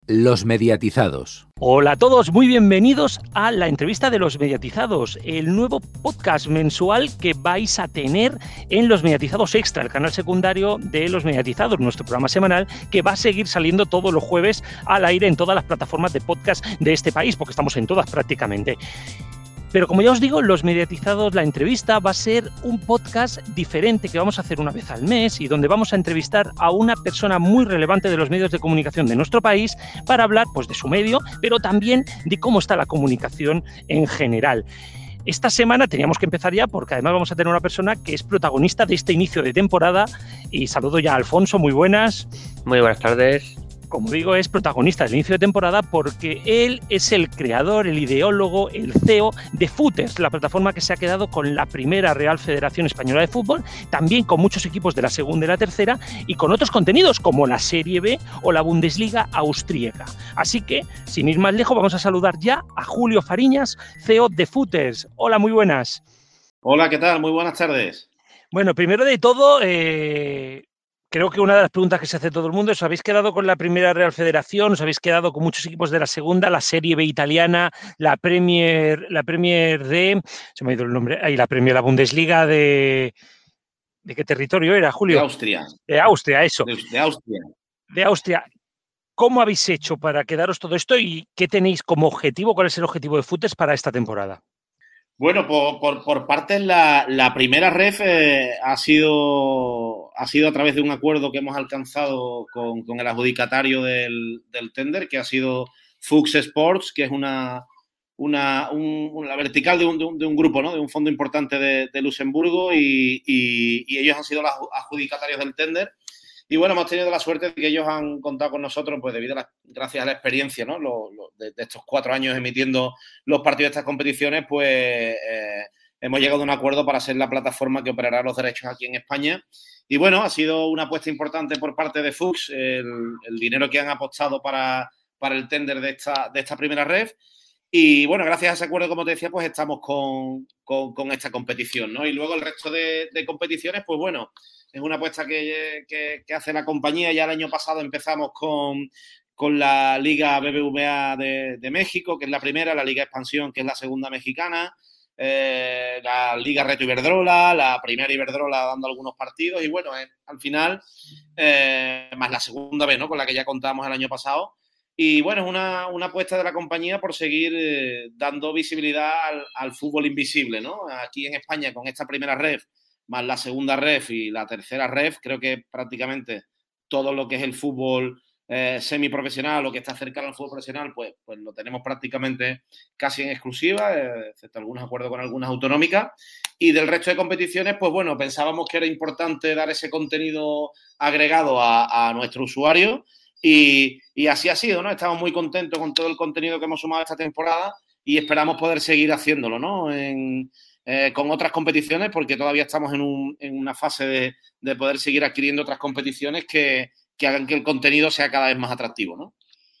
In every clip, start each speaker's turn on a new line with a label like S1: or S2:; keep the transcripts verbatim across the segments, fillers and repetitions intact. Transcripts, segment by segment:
S1: Los mediatizados.
S2: Hola a todos, muy bienvenidos a la entrevista de Los Mediatizados, el nuevo podcast mensual que vais a tener en Los Mediatizados Extra, el canal secundario de Los Mediatizados, nuestro programa semanal que va a seguir saliendo todos los jueves al aire en todas las plataformas de podcast de este país, porque estamos en todas prácticamente. Pero como ya os digo, Los Mediatizados, la entrevista va a ser un podcast diferente que vamos a hacer una vez al mes y donde vamos a entrevistar a una persona muy relevante de los medios de comunicación de nuestro país para hablar pues, de su medio, pero también de cómo está la comunicación en general. Esta semana teníamos que empezar ya porque además vamos a tener una persona que es protagonista de este inicio de temporada y saludo ya a Alfonso, muy buenas.
S3: Muy buenas tardes.
S2: Como digo, es protagonista del inicio de temporada porque él es el creador, el ideólogo, el C E O de Footers, la plataforma que se ha quedado con la primera Real Federación Española de Fútbol, también con muchos equipos de la segunda y la tercera y con otros contenidos como la Serie B o la Bundesliga austríaca. Así que, sin ir más lejos, vamos a saludar ya a Julio Fariñas, C E O de Footers. Hola, muy buenas.
S4: Hola, ¿qué tal? Muy buenas tardes.
S2: Bueno, primero de todo... Eh... Creo que una de las preguntas que se hace todo el mundo es: ¿os habéis quedado con la primera Real Federación? ¿Os habéis quedado con muchos equipos de la segunda, la Serie B italiana, la Premier, la Premier de... Se me ha ido el nombre. Ahí la Premier, la Bundesliga de... ¿De qué territorio era, Julio?
S4: De Austria.
S2: De Austria, eso.
S4: De, de Austria.
S2: De Austria. ¿Cómo habéis hecho para quedaros todo esto y qué tenéis como objetivo? ¿Cuál es el objetivo de Footers para esta temporada?
S4: Bueno, por, por, por parte la, la primera ref eh, ha sido ha sido a través de un acuerdo que hemos alcanzado con, con el adjudicatario del, del tender, que ha sido Fuchs Sports, que es una, una, un, una vertical de un, de, un, de un grupo, ¿no? De un fondo importante de, de Luxemburgo y, y, y ellos han sido los adjudicatarios del tender. Y bueno, hemos tenido la suerte de que ellos han contado con nosotros, pues debido a la, gracias a la experiencia, ¿no? Lo, lo, de, de estos cuatro años emitiendo los partidos de estas competiciones, pues eh, hemos llegado a un acuerdo para ser la plataforma que operará los derechos aquí en España. Y bueno, ha sido una apuesta importante por parte de Fuchs, el, el dinero que han apostado para, para el tender de esta, de esta primera ref. Y bueno, gracias a ese acuerdo, como te decía, pues estamos con, con, con esta competición, ¿no? Y luego el resto de, de competiciones, pues bueno, es una apuesta que, que, que hace la compañía. Ya el año pasado empezamos con, con la Liga B B V A de, de México, que es la primera, la Liga Expansión, que es la segunda mexicana, eh, la Liga Reto Iberdrola, la primera Iberdrola dando algunos partidos y bueno, eh, al final, eh, más la segunda vez, ¿no? Con la que ya contamos el año pasado. Y bueno, es una, una apuesta de la compañía por seguir eh, dando visibilidad al, al fútbol invisible, ¿no? Aquí en España, con esta primera ref, más la segunda ref y la tercera ref, creo que prácticamente todo lo que es el fútbol eh, semiprofesional o que está cercano al fútbol profesional, pues, pues lo tenemos prácticamente casi en exclusiva, eh, excepto algunos acuerdos con algunas autonómicas. Y del resto de competiciones, pues bueno, pensábamos que era importante dar ese contenido agregado a, a nuestro usuario y, y así ha sido, ¿no? Estamos muy contentos con todo el contenido que hemos sumado esta temporada y esperamos poder seguir haciéndolo, ¿no? En... Eh, con otras competiciones, porque todavía estamos en, un, en una fase de, de poder seguir adquiriendo otras competiciones que, que hagan que el contenido sea cada vez más atractivo, ¿no?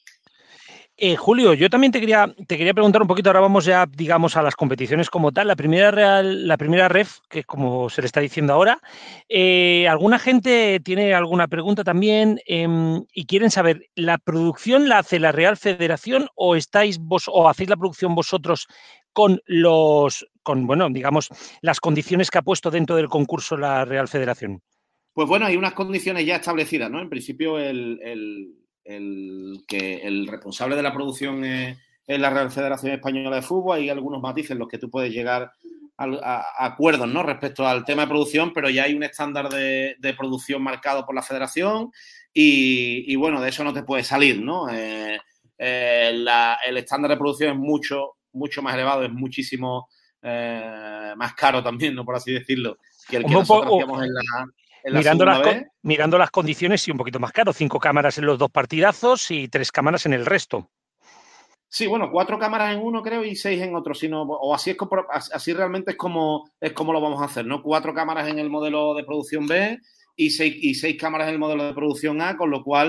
S2: Eh, Julio, yo también te quería, te quería preguntar un poquito, ahora vamos ya, digamos, a las competiciones como tal. La primera real, la primera ref, que es como se le está diciendo ahora, eh, alguna gente tiene alguna pregunta también eh, y quieren saber, ¿la producción la hace la Real Federación o estáis vos o hacéis la producción vosotros con los, con, bueno, digamos, las condiciones que ha puesto dentro del concurso la Real Federación?
S4: Pues bueno, hay unas condiciones ya establecidas, ¿no? En principio, el, el, el que el responsable de la producción es, es la Real Federación Española de Fútbol. Hay algunos matices en los que tú puedes llegar a, a, a acuerdos, ¿no? Respecto al tema de producción, pero ya hay un estándar de, de producción marcado por la Federación y, y, bueno, de eso no te puedes salir, ¿no? Eh, eh, la, el estándar de producción es mucho, mucho más elevado, es muchísimo eh, más caro también, ¿no? Por así decirlo, que el que
S2: Un
S4: nosotros
S2: poco,
S4: hacíamos en la...
S2: Mirando las, mirando las condiciones, sí, un poquito más caro. Cinco cámaras en los dos partidazos y tres cámaras en el resto.
S4: Sí, bueno, cuatro cámaras en uno, creo, y seis en otro. Sino, o así es como, así realmente es como, es como lo vamos a hacer, ¿no? Cuatro cámaras en el modelo de producción B y seis, y seis cámaras en el modelo de producción A, con lo cual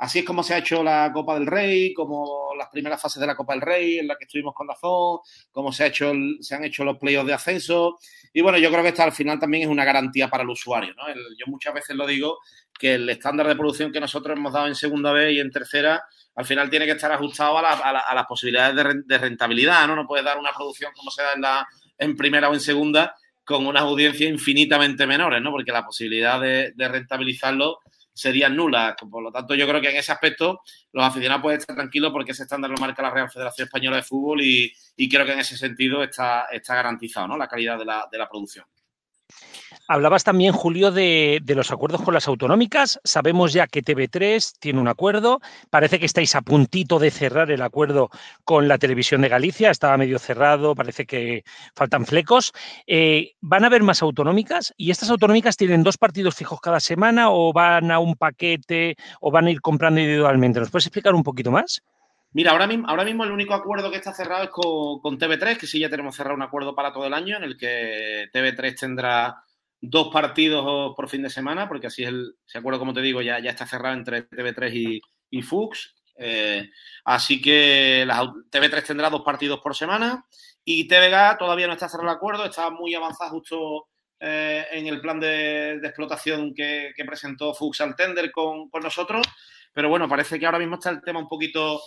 S4: así es como se ha hecho la Copa del Rey, como las primeras fases de la Copa del Rey, en la que estuvimos con Dazón, como se, ha hecho el, se han hecho los playoffs de ascenso. Y bueno, yo creo que esto al final también es una garantía para el usuario, ¿no? El, yo muchas veces lo digo, que el estándar de producción que nosotros hemos dado en segunda B y en tercera, al final tiene que estar ajustado a, la, a, la, a las posibilidades de, de rentabilidad, ¿no? No puedes dar una producción como se da en, la, en primera o en segunda con unas audiencias infinitamente menores, ¿no? Porque la posibilidad de, de rentabilizarlo serían nulas. Por lo tanto, yo creo que en ese aspecto los aficionados pueden estar tranquilos porque ese estándar lo marca la Real Federación Española de Fútbol y, y creo que en ese sentido está, está garantizado, ¿no? La calidad de la, de la producción.
S2: Hablabas también, Julio, de, de los acuerdos con las autonómicas. Sabemos ya que T V tres tiene un acuerdo. Parece que estáis a puntito de cerrar el acuerdo con la Televisión de Galicia. Estaba medio cerrado, parece que faltan flecos. Eh, ¿Van a haber más autonómicas? ¿Y estas autonómicas tienen dos partidos fijos cada semana o van a un paquete o van a ir comprando individualmente? ¿Nos puedes explicar un poquito más?
S4: Mira, ahora mismo, ahora mismo el único acuerdo que está cerrado es con, con T V tres, que sí ya tenemos cerrado un acuerdo para todo el año, en el que T V tres tendrá dos partidos por fin de semana, porque así es el, ese acuerdo, como te digo, ya, ya está cerrado entre T V tres y, y Fux. Eh, así que la, T V tres tendrá dos partidos por semana y T V G todavía no está cerrado el acuerdo, está muy avanzado justo eh, en el plan de, de explotación que, que presentó Fux al tender con, con nosotros. Pero bueno, parece que ahora mismo está el tema un poquito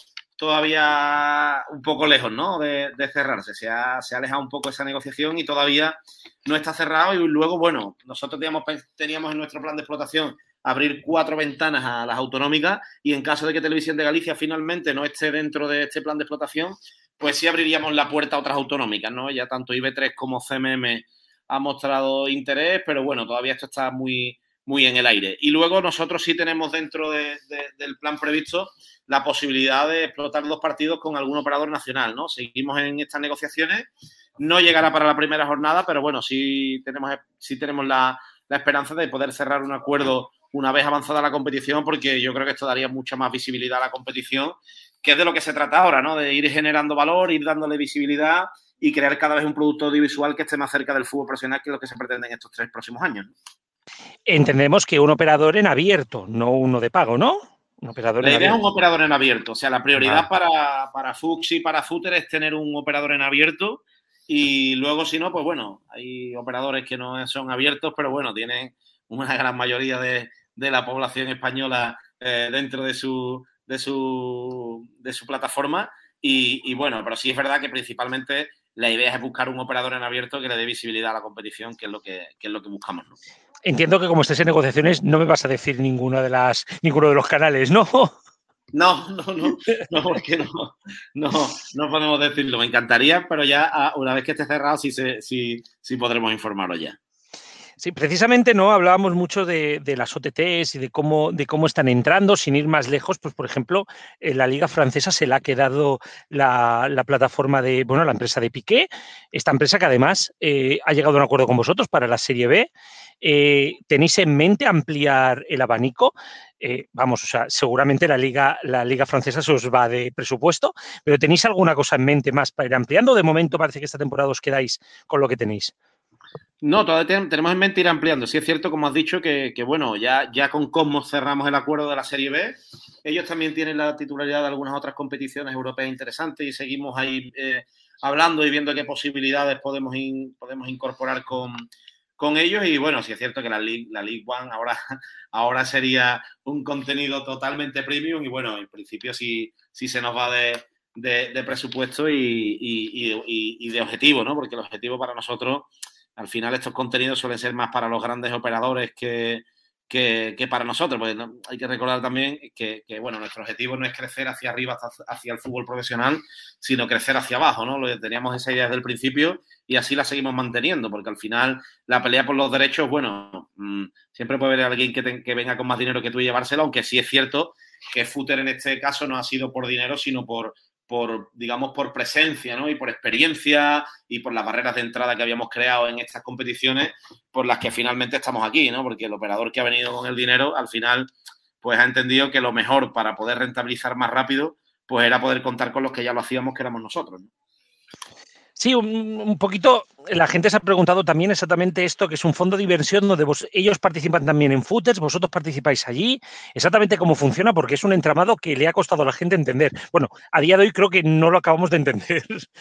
S4: todavía un poco lejos, ¿no? De, de cerrarse. Se ha, se ha alejado un poco esa negociación y todavía no está cerrado. Y luego, bueno, nosotros teníamos, teníamos en nuestro plan de explotación abrir cuatro ventanas a las autonómicas y en caso de que Televisión de Galicia finalmente no esté dentro de este plan de explotación, pues sí abriríamos la puerta a otras autonómicas, ¿no? Ya tanto I B tres como C M M ha mostrado interés, pero bueno, todavía esto está muy, muy en el aire. Y luego nosotros sí tenemos dentro de, de, del plan previsto la posibilidad de explotar dos partidos con algún operador nacional, ¿no? Seguimos en estas negociaciones, no llegará para la primera jornada, pero bueno, sí tenemos, sí tenemos la, la esperanza de poder cerrar un acuerdo una vez avanzada la competición, porque yo creo que esto daría mucha más visibilidad a la competición, que es de lo que se trata ahora, ¿no? De ir generando valor, ir dándole visibilidad y crear cada vez un producto audiovisual que esté más cerca del fútbol profesional, que es lo que se pretende en estos tres próximos años, ¿no?
S2: Entendemos que un operador en abierto, no uno de pago, ¿no? Un operador
S4: la
S2: en
S4: idea
S2: abierto.
S4: es un operador en abierto. O sea, la prioridad vale. para, para Fux y para Footer es tener un operador en abierto y luego, si no, pues bueno, hay operadores que no son abiertos, pero bueno, tienen una gran mayoría de, de la población española eh, dentro de su, de su, de su plataforma y, y bueno, pero sí es verdad que principalmente la idea es buscar un operador en abierto que le dé visibilidad a la competición, que es lo que, que, es lo que buscamos, ¿no?
S2: Entiendo que como estés en negociaciones no me vas a decir ninguna de las, ninguno de los canales, ¿no?
S4: No, no, no, no, porque no, no, no podemos decirlo. Me encantaría, pero ya una vez que esté cerrado sí, se, sí, sí podremos informarlo ya.
S2: Sí, precisamente no hablábamos mucho de, de las O T Ts y de cómo, de cómo están entrando, sin ir más lejos, pues por ejemplo, en la Liga Francesa se le ha quedado la, la plataforma de, bueno, la empresa de Piqué, esta empresa que además eh, ha llegado a un acuerdo con vosotros para la Serie B. Eh, ¿Tenéis en mente ampliar el abanico? Eh, vamos, o sea, seguramente la Liga, la Liga Francesa se os va de presupuesto, pero ¿tenéis alguna cosa en mente más para ir ampliando? De momento parece que esta temporada os quedáis con lo que tenéis.
S4: No, todavía tenemos en mente ir ampliando. Sí es cierto, como has dicho, que, que bueno, ya, ya con Cosmos cerramos el acuerdo de la Serie B. Ellos también tienen la titularidad de algunas otras competiciones europeas interesantes y seguimos ahí eh, hablando y viendo qué posibilidades podemos, in, podemos incorporar con, con ellos. Y bueno, sí es cierto que la League, la League One ahora, ahora sería un contenido totalmente premium y bueno, en principio sí, sí se nos va de, de, de presupuesto y, y, y, y de objetivo, ¿no? Porque el objetivo para nosotros... Al final estos contenidos suelen ser más para los grandes operadores que, que, que para nosotros. Pues ¿no? Hay que recordar también que, que, bueno, nuestro objetivo no es crecer hacia arriba, hacia, hacia el fútbol profesional, sino crecer hacia abajo, ¿no? Teníamos esa idea desde el principio y así la seguimos manteniendo, porque al final la pelea por los derechos, bueno, mmm, siempre puede haber alguien que, te, que venga con más dinero que tú y llevárselo, aunque sí es cierto que Footer en este caso no ha sido por dinero, sino por... por, digamos, por presencia, ¿no? Y por experiencia y por las barreras de entrada que habíamos creado en estas competiciones por las que finalmente estamos aquí, ¿no? Porque el operador que ha venido con el dinero, al final, pues ha entendido que lo mejor para poder rentabilizar más rápido, pues era poder contar con los que ya lo hacíamos, que éramos nosotros, ¿no?
S2: Sí, un, un, poquito, la gente se ha preguntado también exactamente esto, que es un fondo de inversión donde vos, ellos participan también en footers, vosotros participáis allí, exactamente cómo funciona, porque es un entramado que le ha costado a la gente entender. Bueno, a día de hoy creo que no lo acabamos de entender.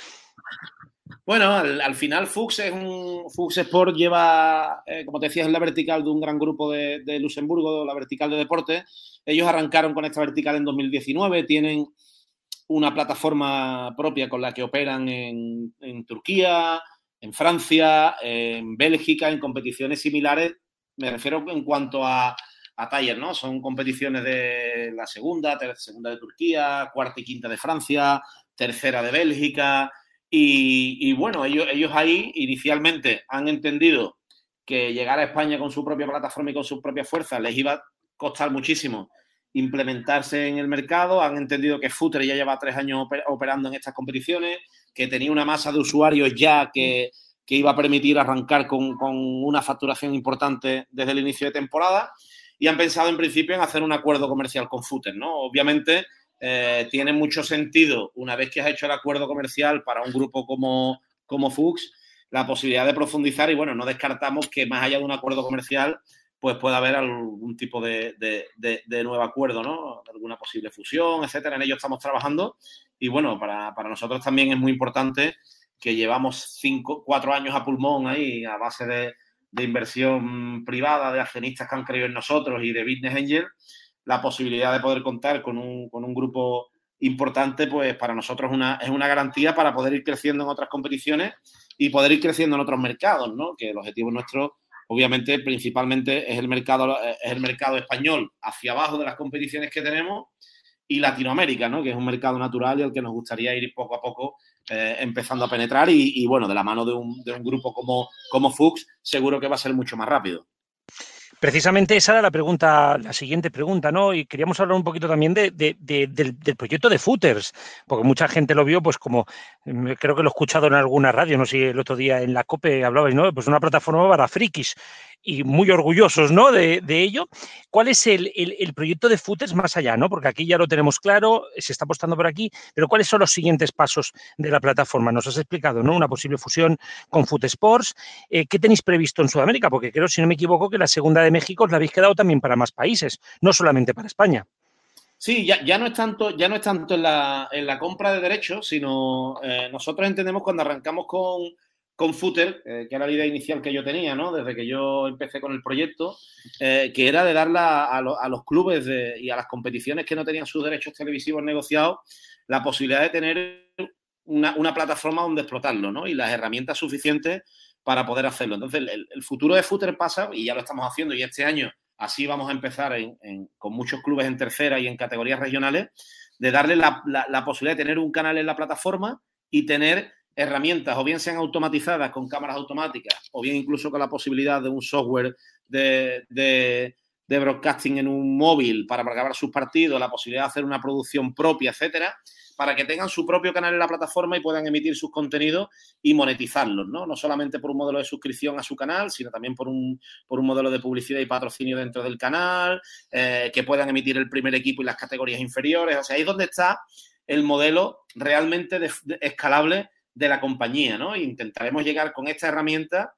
S4: Bueno, al, al final Fuchs es un Fuchs Sport lleva, eh, como te decía, es la vertical de un gran grupo de, de Luxemburgo, la vertical de deporte. Ellos arrancaron con esta vertical en dos mil diecinueve, tienen una plataforma propia con la que operan en, en Turquía, en Francia, en Bélgica, en competiciones similares. Me refiero en cuanto a, a taller, ¿no? Son competiciones de la segunda, tercera, segunda de Turquía, cuarta y quinta de Francia, tercera de Bélgica. Y, y bueno, ellos, ellos ahí inicialmente han entendido que llegar a España con su propia plataforma y con sus propias fuerzas les iba a costar muchísimo implementarse en el mercado. Han entendido que Footer ya lleva tres años operando en estas competiciones, que tenía una masa de usuarios ya que, que iba a permitir arrancar con, con una facturación importante desde el inicio de temporada, y han pensado en principio en hacer un acuerdo comercial con Footer, ¿no? Obviamente eh, tiene mucho sentido, una vez que has hecho el acuerdo comercial para un grupo como, como Fuchs, la posibilidad de profundizar, y bueno, no descartamos que más allá de un acuerdo comercial pues puede haber algún tipo de, de, de, de nuevo acuerdo, ¿no? Alguna posible fusión, etcétera. En ello estamos trabajando y, bueno, para, para nosotros también es muy importante que llevamos cinco, cuatro años a pulmón ahí a base de, de inversión privada, de accionistas que han creído en nosotros y de business angel, la posibilidad de poder contar con un, con un grupo importante, pues para nosotros una, es una garantía para poder ir creciendo en otras competiciones y poder ir creciendo en otros mercados, ¿no? Que el objetivo nuestro, obviamente, principalmente es el mercado, es el mercado español hacia abajo de las competiciones que tenemos, y Latinoamérica, ¿no? Que es un mercado natural y al que nos gustaría ir poco a poco eh, empezando a penetrar y, y, bueno, de la mano de un, de un grupo como, como Fuchs, seguro que va a ser mucho más rápido.
S2: Precisamente esa era la pregunta, la siguiente pregunta, ¿no? Y queríamos hablar un poquito también de, de, de, del, del proyecto de Footers, porque mucha gente lo vio, pues como, creo que lo he escuchado en alguna radio, no sé si el otro día en la COPE hablabais, ¿no? Pues una plataforma para frikis, y muy orgullosos, ¿no? De, de ello. ¿Cuál es el, el, el proyecto de Footers más allá, ¿no? Porque aquí ya lo tenemos claro, se está apostando por aquí, pero ¿cuáles son los siguientes pasos de la plataforma? Nos has explicado, ¿no? Una posible fusión con Foot Sports. Eh, ¿Qué tenéis previsto en Sudamérica? Porque creo, si no me equivoco, que la segunda de México os la habéis quedado también para más países, no solamente para España.
S4: Sí, ya, ya no es tanto, ya no es tanto en la, en la compra de derechos, sino eh, nosotros entendemos cuando arrancamos con, con Footer, eh, que era la idea inicial que yo tenía, ¿no? Desde que yo empecé con el proyecto, eh, que era de darla a, lo, a los clubes de, y a las competiciones que no tenían sus derechos televisivos negociados, la posibilidad de tener una, una plataforma donde explotarlo, ¿no? Y las herramientas suficientes para poder hacerlo. Entonces, el, el futuro de Footer pasa, y ya lo estamos haciendo, y este año así vamos a empezar en, en, con muchos clubes en tercera y en categorías regionales, de darle la, la, la posibilidad de tener un canal en la plataforma y tener herramientas, o bien sean automatizadas con cámaras automáticas, o bien incluso con la posibilidad de un software de, de, de broadcasting en un móvil para grabar sus partidos, la posibilidad de hacer una producción propia, etcétera, para que tengan su propio canal en la plataforma y puedan emitir sus contenidos y monetizarlos, ¿no? No solamente por un modelo de suscripción a su canal, sino también por un, por un modelo de publicidad y patrocinio dentro del canal, eh, que puedan emitir el primer equipo y las categorías inferiores. O sea, ahí es donde está el modelo realmente de, de, escalable de la compañía, ¿no? E intentaremos llegar con esta herramienta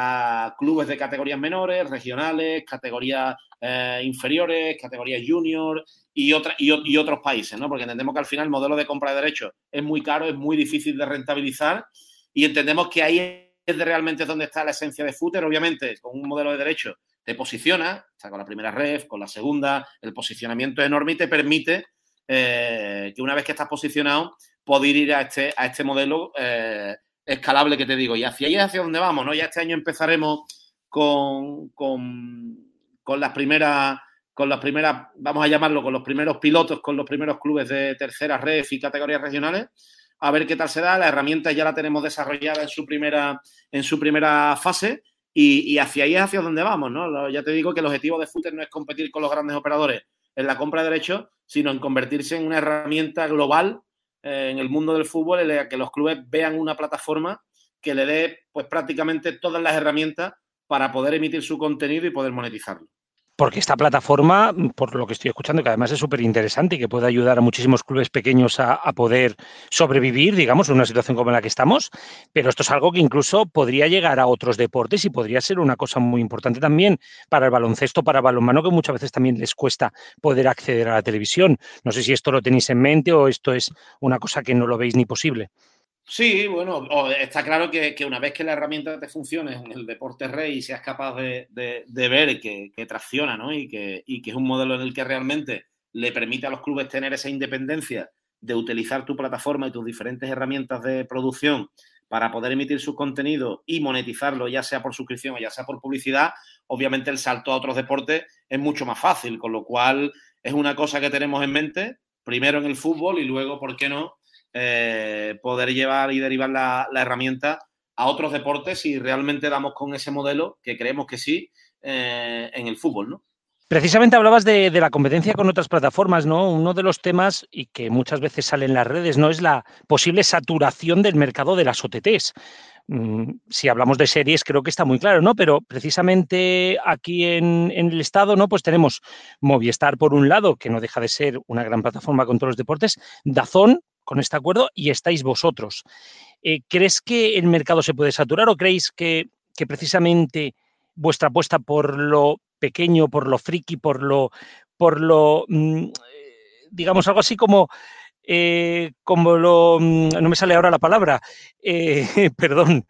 S4: a clubes de categorías menores, regionales, categorías eh, inferiores, categorías junior y, otra, y, y otros países, ¿no? Porque entendemos que al final el modelo de compra de derechos es muy caro, es muy difícil de rentabilizar, y entendemos que ahí es de realmente donde está la esencia de Footer. Obviamente, con un modelo de derechos te posiciona, o sea, con la primera ref, con la segunda, el posicionamiento es enorme y te permite eh, que una vez que estás posicionado, poder ir a este, a este modelo eh, escalable que te digo. Y hacia ahí es hacia donde vamos, ¿no? Ya este año empezaremos con, con, con las primeras, con las primeras, vamos a llamarlo, con los primeros pilotos, con los primeros clubes de tercera ref y categorías regionales, a ver qué tal se da. La herramienta ya la tenemos desarrollada en su primera, en su primera fase, y, y hacia ahí es hacia donde vamos, ¿no? Ya te digo que el objetivo de Footer no es competir con los grandes operadores en la compra de derechos, sino en convertirse en una herramienta global eh, en el mundo del fútbol, en la que los clubes vean una plataforma que le dé pues prácticamente todas las herramientas para poder emitir su contenido y poder monetizarlo.
S2: Porque esta plataforma, por lo que estoy escuchando, que además es súper interesante y que puede ayudar a muchísimos clubes pequeños a, a poder sobrevivir, digamos, en una situación como la que estamos, pero esto es algo que incluso podría llegar a otros deportes y podría ser una cosa muy importante también para el baloncesto, para el balonmano, que muchas veces también les cuesta poder acceder a la televisión. No sé si esto lo tenéis en mente o esto es una cosa que no lo veis ni posible.
S4: Sí, bueno, está claro que, que una vez que la herramienta te funcione en el deporte rey y seas capaz de, de, de ver que, que tracciona, ¿no? Y que, y que es un modelo en el que realmente le permite a los clubes tener esa independencia de utilizar tu plataforma y tus diferentes herramientas de producción para poder emitir sus contenidos y monetizarlo, ya sea por suscripción o ya sea por publicidad, obviamente el salto a otros deportes es mucho más fácil, con lo cual es una cosa que tenemos en mente, primero en el fútbol y luego, ¿por qué no?, Eh, poder llevar y derivar la, la herramienta a otros deportes si realmente damos con ese modelo, que creemos que sí, eh, en el fútbol, ¿no?
S2: Precisamente hablabas de, de, la competencia con otras plataformas, ¿no? Uno de los temas, y que muchas veces sale en las redes, ¿no? Es la posible saturación del mercado de las O T Ts. Si hablamos de series, creo que está muy claro, ¿no? Pero precisamente aquí en, en, el Estado, ¿no? Pues tenemos Movistar por un lado, que no deja de ser una gran plataforma con todos los deportes, DAZN con este acuerdo, y estáis vosotros. Eh, ¿Crees que el mercado se puede saturar o creéis que, que precisamente vuestra apuesta por lo pequeño, por lo friki, por lo, por lo mmm, digamos, algo así como Eh, como lo, no me sale ahora la palabra, eh, perdón,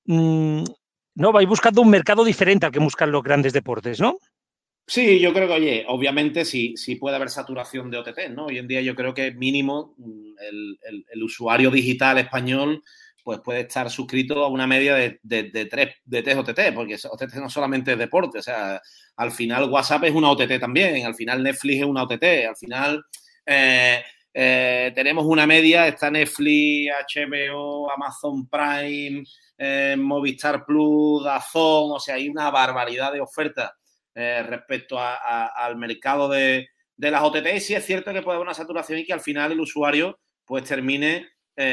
S2: no, vais buscando un mercado diferente al que buscan los grandes deportes, ¿no?
S4: Sí, yo creo que, oye, obviamente sí, sí puede haber saturación de O T T, ¿no? Hoy en día yo creo que mínimo el, el, el usuario digital español pues puede estar suscrito a una media de, de, de, tres, de tres O T T, porque O T T no solamente es deporte, o sea, al final WhatsApp es una O T T también, al final Netflix es una O T T, al final eh, eh, tenemos una media, está Netflix, H B O, Amazon Prime, eh, Movistar Plus, DAZN, o sea, hay una barbaridad de ofertas eh, respecto a, a, al mercado de, de las O T T. Y sí es cierto que puede haber una saturación y que al final el usuario pues termine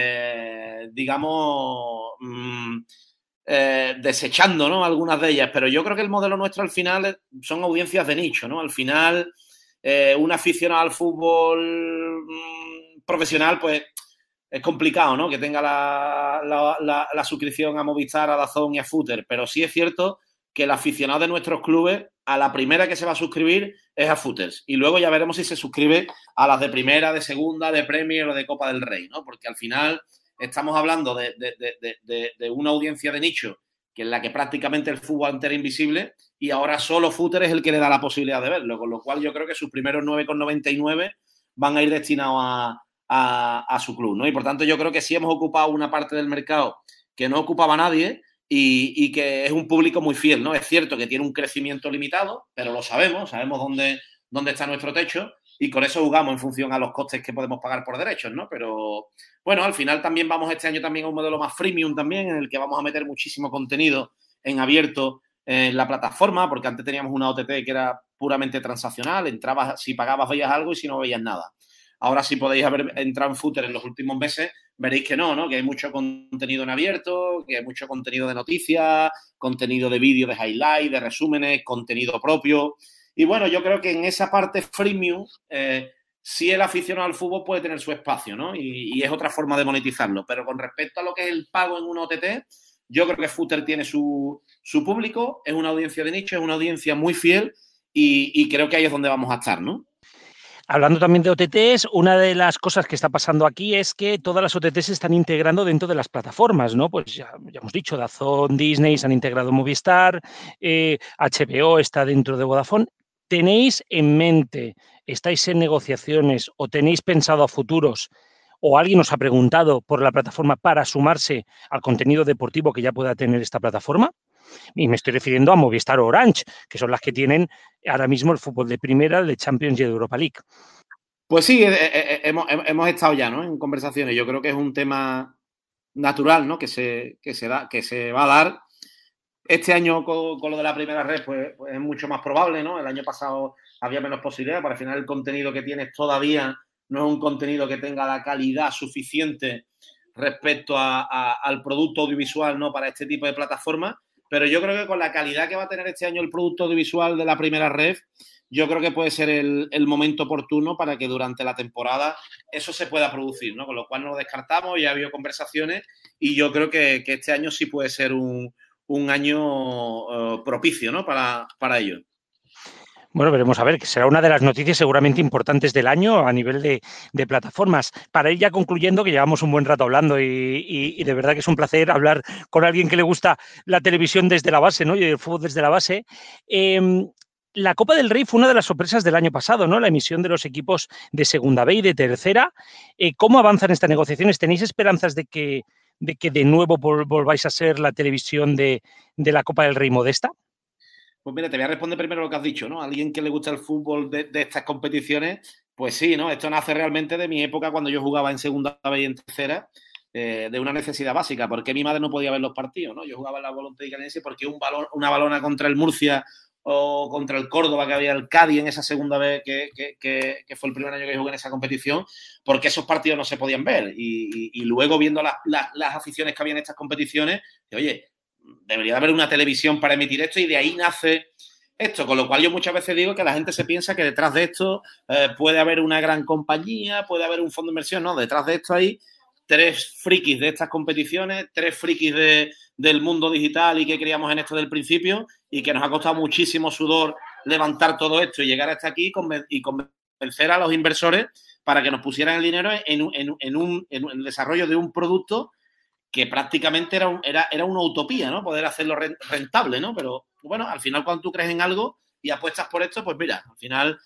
S4: Eh, digamos, mmm, eh, desechando, ¿no?, algunas de ellas. Pero yo creo que el modelo nuestro al final son audiencias de nicho, ¿no? Al final, eh, un aficionado al fútbol mmm, profesional, pues es complicado, ¿no?, que tenga la, la, la, la suscripción a Movistar, a DAZN y a Footer. Pero sí es cierto que el aficionado de nuestros clubes, a la primera que se va a suscribir es a Footers. Y luego ya veremos si se suscribe a las de primera, de segunda, de Premier o de Copa del Rey, ¿no? Porque al final estamos hablando de, de, de, de, de una audiencia de nicho que es la que prácticamente el fútbol entero es invisible y ahora solo Footers es el que le da la posibilidad de verlo. Con lo cual yo creo que sus primeros nueve con noventa y nueve van a ir destinados a, a, a su club, ¿no? Y por tanto yo creo que sí hemos ocupado una parte del mercado que no ocupaba nadie. Y, y que es un público muy fiel, ¿no? Es cierto que tiene un crecimiento limitado, pero lo sabemos, sabemos dónde, dónde está nuestro techo y con eso jugamos en función a los costes que podemos pagar por derechos, ¿no? Pero bueno, al final también vamos este año también a un modelo más freemium también, en el que vamos a meter muchísimo contenido en abierto en la plataforma, porque antes teníamos una O T T que era puramente transaccional, entrabas, si pagabas veías algo y si no veías nada. Ahora sí podéis haber entrado en Footer en los últimos meses, veréis que no, ¿no? Que hay mucho contenido en abierto, que hay mucho contenido de noticias, contenido de vídeos, de highlights, de resúmenes, contenido propio. Y bueno, yo creo que en esa parte freemium, eh, sí el aficionado al fútbol puede tener su espacio, ¿no? Y, y es otra forma de monetizarlo. Pero con respecto a lo que es el pago en una O T T, yo creo que Footer tiene su, su público, es una audiencia de nicho, es una audiencia muy fiel y, y creo que ahí es donde vamos a estar, ¿no?
S2: Hablando también de O T Ts, una de las cosas que está pasando aquí es que todas las O T Ts se están integrando dentro de las plataformas, ¿no? Pues ya, ya hemos dicho, DAZN, Disney se han integrado Movistar, eh, H B O está dentro de Vodafone. ¿Tenéis en mente, estáis en negociaciones o tenéis pensado a futuros o alguien os ha preguntado por la plataforma para sumarse al contenido deportivo que ya pueda tener esta plataforma? Y me estoy refiriendo a Movistar o Orange, que son las que tienen ahora mismo el fútbol de primera, el de Champions y de Europa League.
S4: Pues sí, eh, eh, hemos, hemos estado ya, ¿no?, en conversaciones. Yo creo que es un tema natural, ¿no?, que se, que se, da, que se va a dar. Este año con, con lo de la primera red pues, pues es mucho más probable, ¿no? El año pasado había menos posibilidades, pero al final el contenido que tienes todavía no es un contenido que tenga la calidad suficiente respecto a, a, al producto audiovisual, ¿no?, para este tipo de plataformas. pero yo creo que con la calidad que va a tener este año el producto audiovisual de la primera ref, yo creo que puede ser el, el momento oportuno para que durante la temporada eso se pueda producir, ¿no? Con lo cual no lo descartamos, ya ha habido conversaciones y yo creo que, que este año sí puede ser un, un año uh, propicio, ¿no? Para, para ello.
S2: Bueno, veremos a ver, que será una de las noticias seguramente importantes del año a nivel de, de plataformas. Para ir ya concluyendo, que llevamos un buen rato hablando y, y, y de verdad que es un placer hablar con alguien que le gusta la televisión desde la base, ¿no? Y el fútbol desde la base. Eh, la Copa del Rey fue una de las sorpresas del año pasado, ¿no? La emisión de los equipos de Segunda B y de Tercera. Eh, ¿Cómo avanzan estas negociaciones? ¿Tenéis esperanzas de que de, que de nuevo vol volváis a ser la televisión de, de la Copa del Rey modesta?
S4: Pues mira, te voy a responder primero lo que has dicho, ¿no? Alguien que le gusta el fútbol de, de estas competiciones, pues sí, ¿no? Esto nace realmente de mi época cuando yo jugaba en Segunda B y en Tercera, eh, de una necesidad básica, porque mi madre no podía ver los partidos, ¿no? Yo jugaba en la Volonté Canense porque un balón, una balona contra el Murcia o contra el Córdoba, que había el Cádiz en esa Segunda B, que, que, que, que fue el primer año que jugué en esa competición, porque esos partidos no se podían ver. Y, y, y luego viendo la, la, las aficiones que había en estas competiciones, que, oye, debería de haber una televisión para emitir esto y de ahí nace esto, con lo cual yo muchas veces digo que la gente se piensa que detrás de esto eh, puede haber una gran compañía, puede haber un fondo de inversión, no, detrás de esto hay tres frikis de estas competiciones, tres frikis de, del mundo digital y que creíamos en esto del principio y que nos ha costado muchísimo sudor levantar todo esto y llegar hasta aquí y convencer a los inversores para que nos pusieran el dinero en, en, en, un, en el desarrollo de un producto que prácticamente era, un, era, era una utopía, ¿no? Poder hacerlo rentable, ¿no? Pero, bueno, al final cuando tú crees en algo y apuestas por esto, pues mira, al final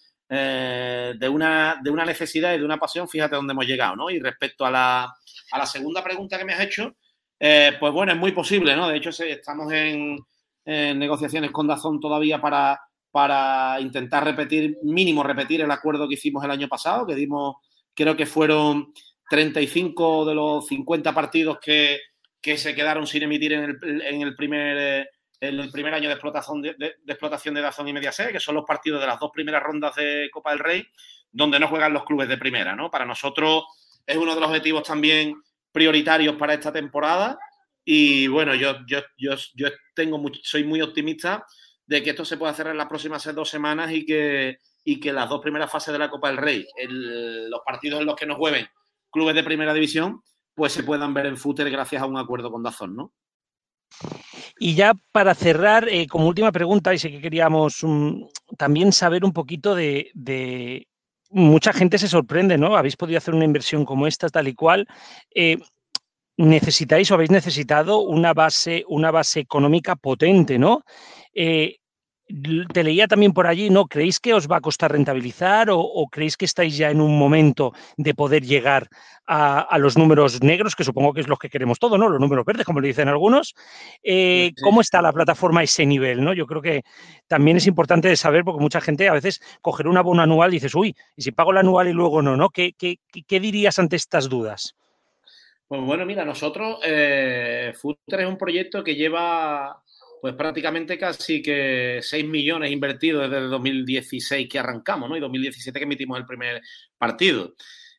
S4: eh, de, una, de una necesidad y de una pasión, fíjate dónde hemos llegado, ¿no? Y respecto a la, a la segunda pregunta que me has hecho, eh, pues bueno, es muy posible, ¿no? De hecho, estamos en, en negociaciones con DAZN todavía para, para intentar repetir, mínimo repetir el acuerdo que hicimos el año pasado, que dimos, creo que fueron treinta y cinco de los cincuenta partidos que, que se quedaron sin emitir en el, en el, primer, en el primer año de explotación de, de, de explotación de DAZN y Mediaset, que son los partidos de las dos primeras rondas de Copa del Rey, donde no juegan los clubes de primera, ¿no? Para nosotros es uno de los objetivos también prioritarios para esta temporada y, bueno, yo, yo, yo, yo tengo mucho, soy muy optimista de que esto se pueda hacer en las próximas dos semanas y que, y que las dos primeras fases de la Copa del Rey, el, los partidos en los que nos jueven clubes de primera división, pues se puedan ver en footer gracias a un acuerdo con DAZN, ¿no?
S2: Y ya para cerrar, eh, como última pregunta, y sé que queríamos um, también saber un poquito de, de... Mucha gente se sorprende, ¿no? Habéis podido hacer una inversión como esta, tal y cual. Eh, necesitáis o habéis necesitado una base, una base económica potente, ¿no? Eh, te leía también por allí, ¿no? ¿Creéis que os va a costar rentabilizar o, o creéis que estáis ya en un momento de poder llegar a, a los números negros, que supongo que es los que queremos todos, ¿no? Los números verdes, como le dicen algunos. Eh, ¿Cómo está la plataforma a ese nivel, ¿no? Yo creo que también es importante de saber, porque mucha gente a veces coger un abono anual y dices, uy, ¿y si pago el anual y luego no, ¿no? ¿Qué, qué, qué dirías ante estas dudas?
S4: Pues bueno, mira, nosotros, eh, Footer es un proyecto que lleva pues prácticamente casi que seis millones invertidos desde el dos mil dieciséis que arrancamos, ¿no? Y dos mil diecisiete que emitimos el primer partido.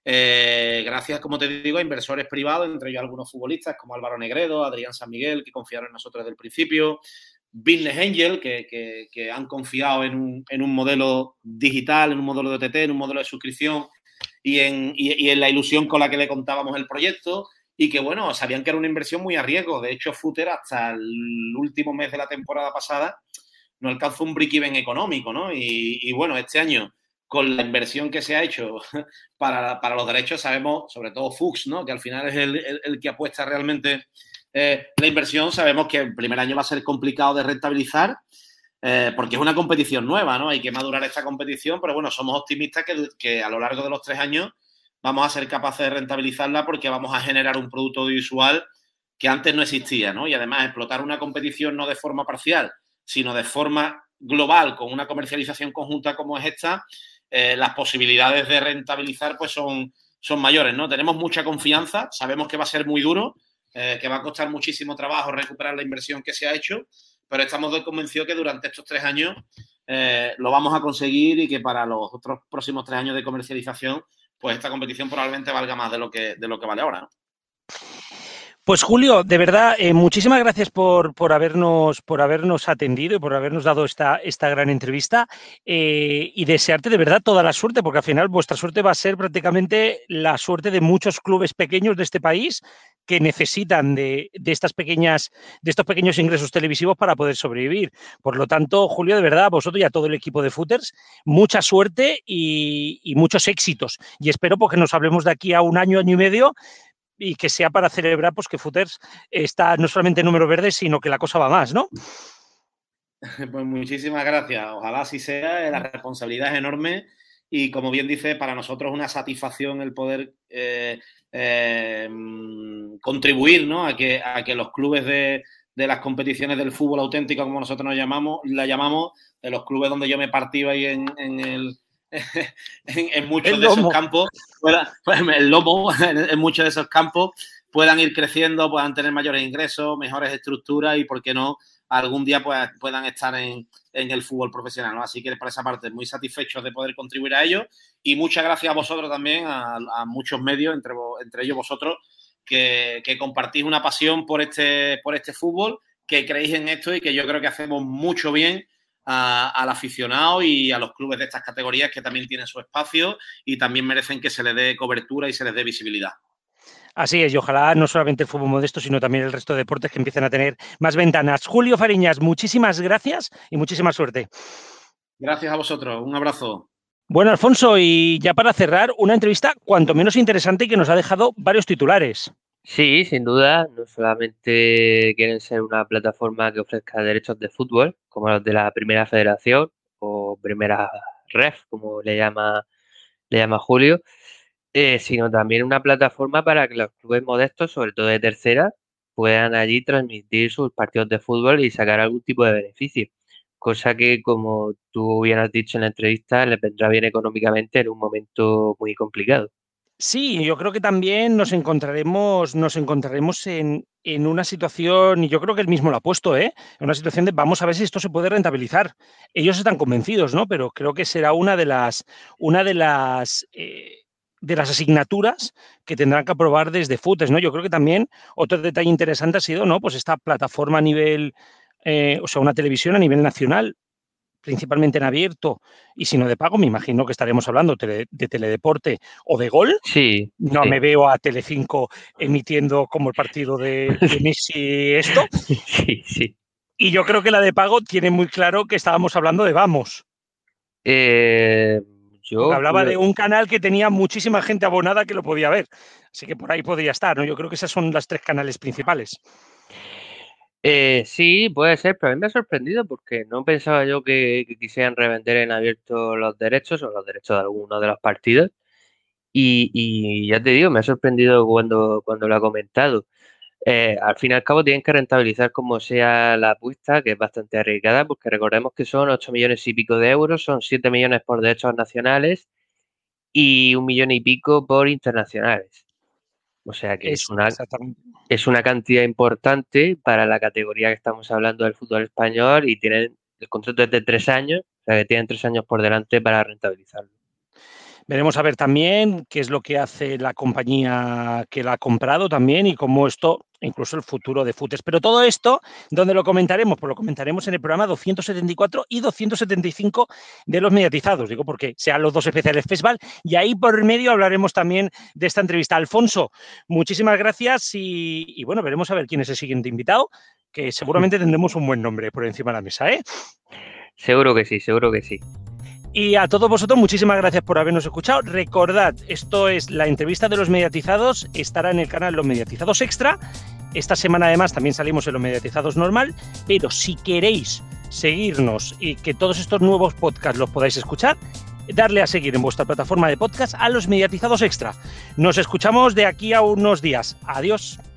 S4: Eh, gracias, como te digo, a inversores privados, entre ellos algunos futbolistas como Álvaro Negredo, Adrián San Miguel, que confiaron en nosotros desde el principio, Business Angel, que, que, que han confiado en un, en un modelo digital, en un modelo de O T T, en un modelo de suscripción y en, y, y en la ilusión con la que le contábamos el proyecto. Y que, bueno, sabían que era una inversión muy a riesgo. De hecho, Footer hasta el último mes de la temporada pasada no alcanzó un break-even económico, ¿no? Y, y, bueno, este año, con la inversión que se ha hecho para, para los derechos, sabemos, sobre todo Fuchs, ¿no? Que al final es el, el, el que apuesta realmente eh, la inversión. Sabemos que el primer año va a ser complicado de rentabilizar eh, porque es una competición nueva, ¿no? Hay que madurar esta competición, pero bueno, somos optimistas que, que a lo largo de los tres años vamos a ser capaces de rentabilizarla porque vamos a generar un producto audiovisual que antes no existía, ¿no? Y además explotar una competición no de forma parcial, sino de forma global, con una comercialización conjunta como es esta, eh, las posibilidades de rentabilizar pues son, son mayores, ¿no? Tenemos mucha confianza, sabemos que va a ser muy duro, eh, que va a costar muchísimo trabajo recuperar la inversión que se ha hecho, pero estamos convencidos que durante estos tres años eh, lo vamos a conseguir y que para los otros próximos tres años de comercialización pues esta competición probablemente valga más de lo que, de lo que vale ahora, ¿no?
S2: Pues Julio, de verdad, eh, muchísimas gracias por, por, habernos, por habernos atendido y por habernos dado esta, esta gran entrevista eh, y desearte de verdad toda la suerte, porque al final vuestra suerte va a ser prácticamente la suerte de muchos clubes pequeños de este país que necesitan de, de, estas pequeñas, de estos pequeños ingresos televisivos para poder sobrevivir. Por lo tanto, Julio, de verdad, vosotros y a todo el equipo de Footers, mucha suerte y, y muchos éxitos. Y espero porque nos hablemos de aquí a un año, año y medio, y que sea para celebrar pues, que Footers está no solamente en número verde, sino que la cosa va más, ¿no?
S4: Pues muchísimas gracias. Ojalá así sea. La responsabilidad es enorme y, como bien dice, para nosotros es una satisfacción el poder eh, eh, contribuir, ¿no? a, que, a que los clubes de, de las competiciones del fútbol auténtico, como nosotros nos llamamos, la llamamos, de los clubes donde yo me partí ahí en, en el... en, en muchos el de esos campos, pueda, pues, el lomo, en, en muchos de esos campos puedan ir creciendo, puedan tener mayores ingresos, mejores estructuras y, por qué no, algún día pues, puedan estar en, en el fútbol profesional, ¿no? Así que por esa parte muy satisfechos de poder contribuir a ello y muchas gracias a vosotros también, a, a muchos medios, entre, entre ellos vosotros, que, que compartís una pasión por este, por este fútbol, que creéis en esto y que yo creo que hacemos mucho bien A, al aficionado y a los clubes de estas categorías que también tienen su espacio y también merecen que se les dé cobertura y se les dé visibilidad.
S2: Así es, y ojalá no solamente el fútbol modesto, sino también el resto de deportes que empiecen a tener más ventanas. Julio Fariñas, muchísimas gracias y muchísima suerte.
S4: Gracias a vosotros, un abrazo.
S2: Bueno, Alfonso, y ya para cerrar, una entrevista cuanto menos interesante y que nos ha dejado varios titulares.
S1: Sí, sin duda, no solamente quieren ser una plataforma que ofrezca derechos de fútbol, como los de la Primera Federación o Primera Ref, como le llama, le llama Julio, eh, sino también una plataforma para que los clubes modestos, sobre todo de tercera, puedan allí transmitir sus partidos de fútbol y sacar algún tipo de beneficio, cosa que, como tú bien has dicho en la entrevista, les vendrá bien económicamente en un momento muy complicado.
S2: Sí, yo creo que también nos encontraremos, nos encontraremos en, en una situación, y yo creo que él mismo lo ha puesto, ¿eh? En una situación de vamos a ver si esto se puede rentabilizar. Ellos están convencidos, ¿no? Pero creo que será una de las, una de las, eh, de las asignaturas que tendrán que aprobar desde Footers, ¿no? Yo creo que también otro detalle interesante ha sido, ¿no? Pues esta plataforma a nivel, eh, o sea, una televisión a nivel nacional, principalmente en abierto y si no de pago, me imagino que estaremos hablando de, de teledeporte o de Gol.
S1: Sí.
S2: No
S1: sí.
S2: me veo a Telecinco emitiendo como el partido de, de Messi esto.
S1: Sí, sí.
S2: Y yo creo que la de pago tiene muy claro que estábamos hablando de Vamos.
S1: Eh, yo
S2: Porque hablaba
S1: creo...
S2: de un canal que tenía muchísima gente abonada que lo podía ver. Así que por ahí podría estar, ¿no? Yo creo que esas son las tres canales principales.
S1: Eh, sí, puede ser, pero a mí me ha sorprendido porque no pensaba yo que, que quisieran revender en abierto los derechos o los derechos de alguno de los partidos. Y, y ya te digo, me ha sorprendido cuando, cuando lo ha comentado. Eh, al fin y al cabo tienen que rentabilizar como sea la apuesta, que es bastante arriesgada, porque recordemos que son ocho millones y pico de euros, son siete millones por derechos nacionales y un millón y pico por internacionales. O sea que es, es una... Es una cantidad importante para la categoría que estamos hablando del fútbol español y tienen el contrato es de tres años, o sea que tienen tres años por delante para rentabilizarlo.
S2: Veremos a ver también qué es lo que hace la compañía que la ha comprado también y cómo esto, incluso el futuro de Footers. Pero todo esto, ¿dónde lo comentaremos? Pues lo comentaremos en el programa doscientos setenta y cuatro y doscientos setenta y cinco de Los Mediatizados. Digo porque sean los dos especiales festival y ahí por medio hablaremos también de esta entrevista. Alfonso, muchísimas gracias y, y bueno, veremos a ver quién es el siguiente invitado, que seguramente tendremos un buen nombre por encima de la mesa, ¿eh?
S1: Seguro que sí, seguro que sí.
S2: Y a todos vosotros, muchísimas gracias por habernos escuchado. Recordad, esto es la entrevista de Los Mediatizados, estará en el canal Los Mediatizados Extra. Esta semana además también salimos en Los Mediatizados Normal, pero si queréis seguirnos y que todos estos nuevos podcasts los podáis escuchar, darle a seguir en vuestra plataforma de podcast a Los Mediatizados Extra. Nos escuchamos de aquí a unos días. Adiós.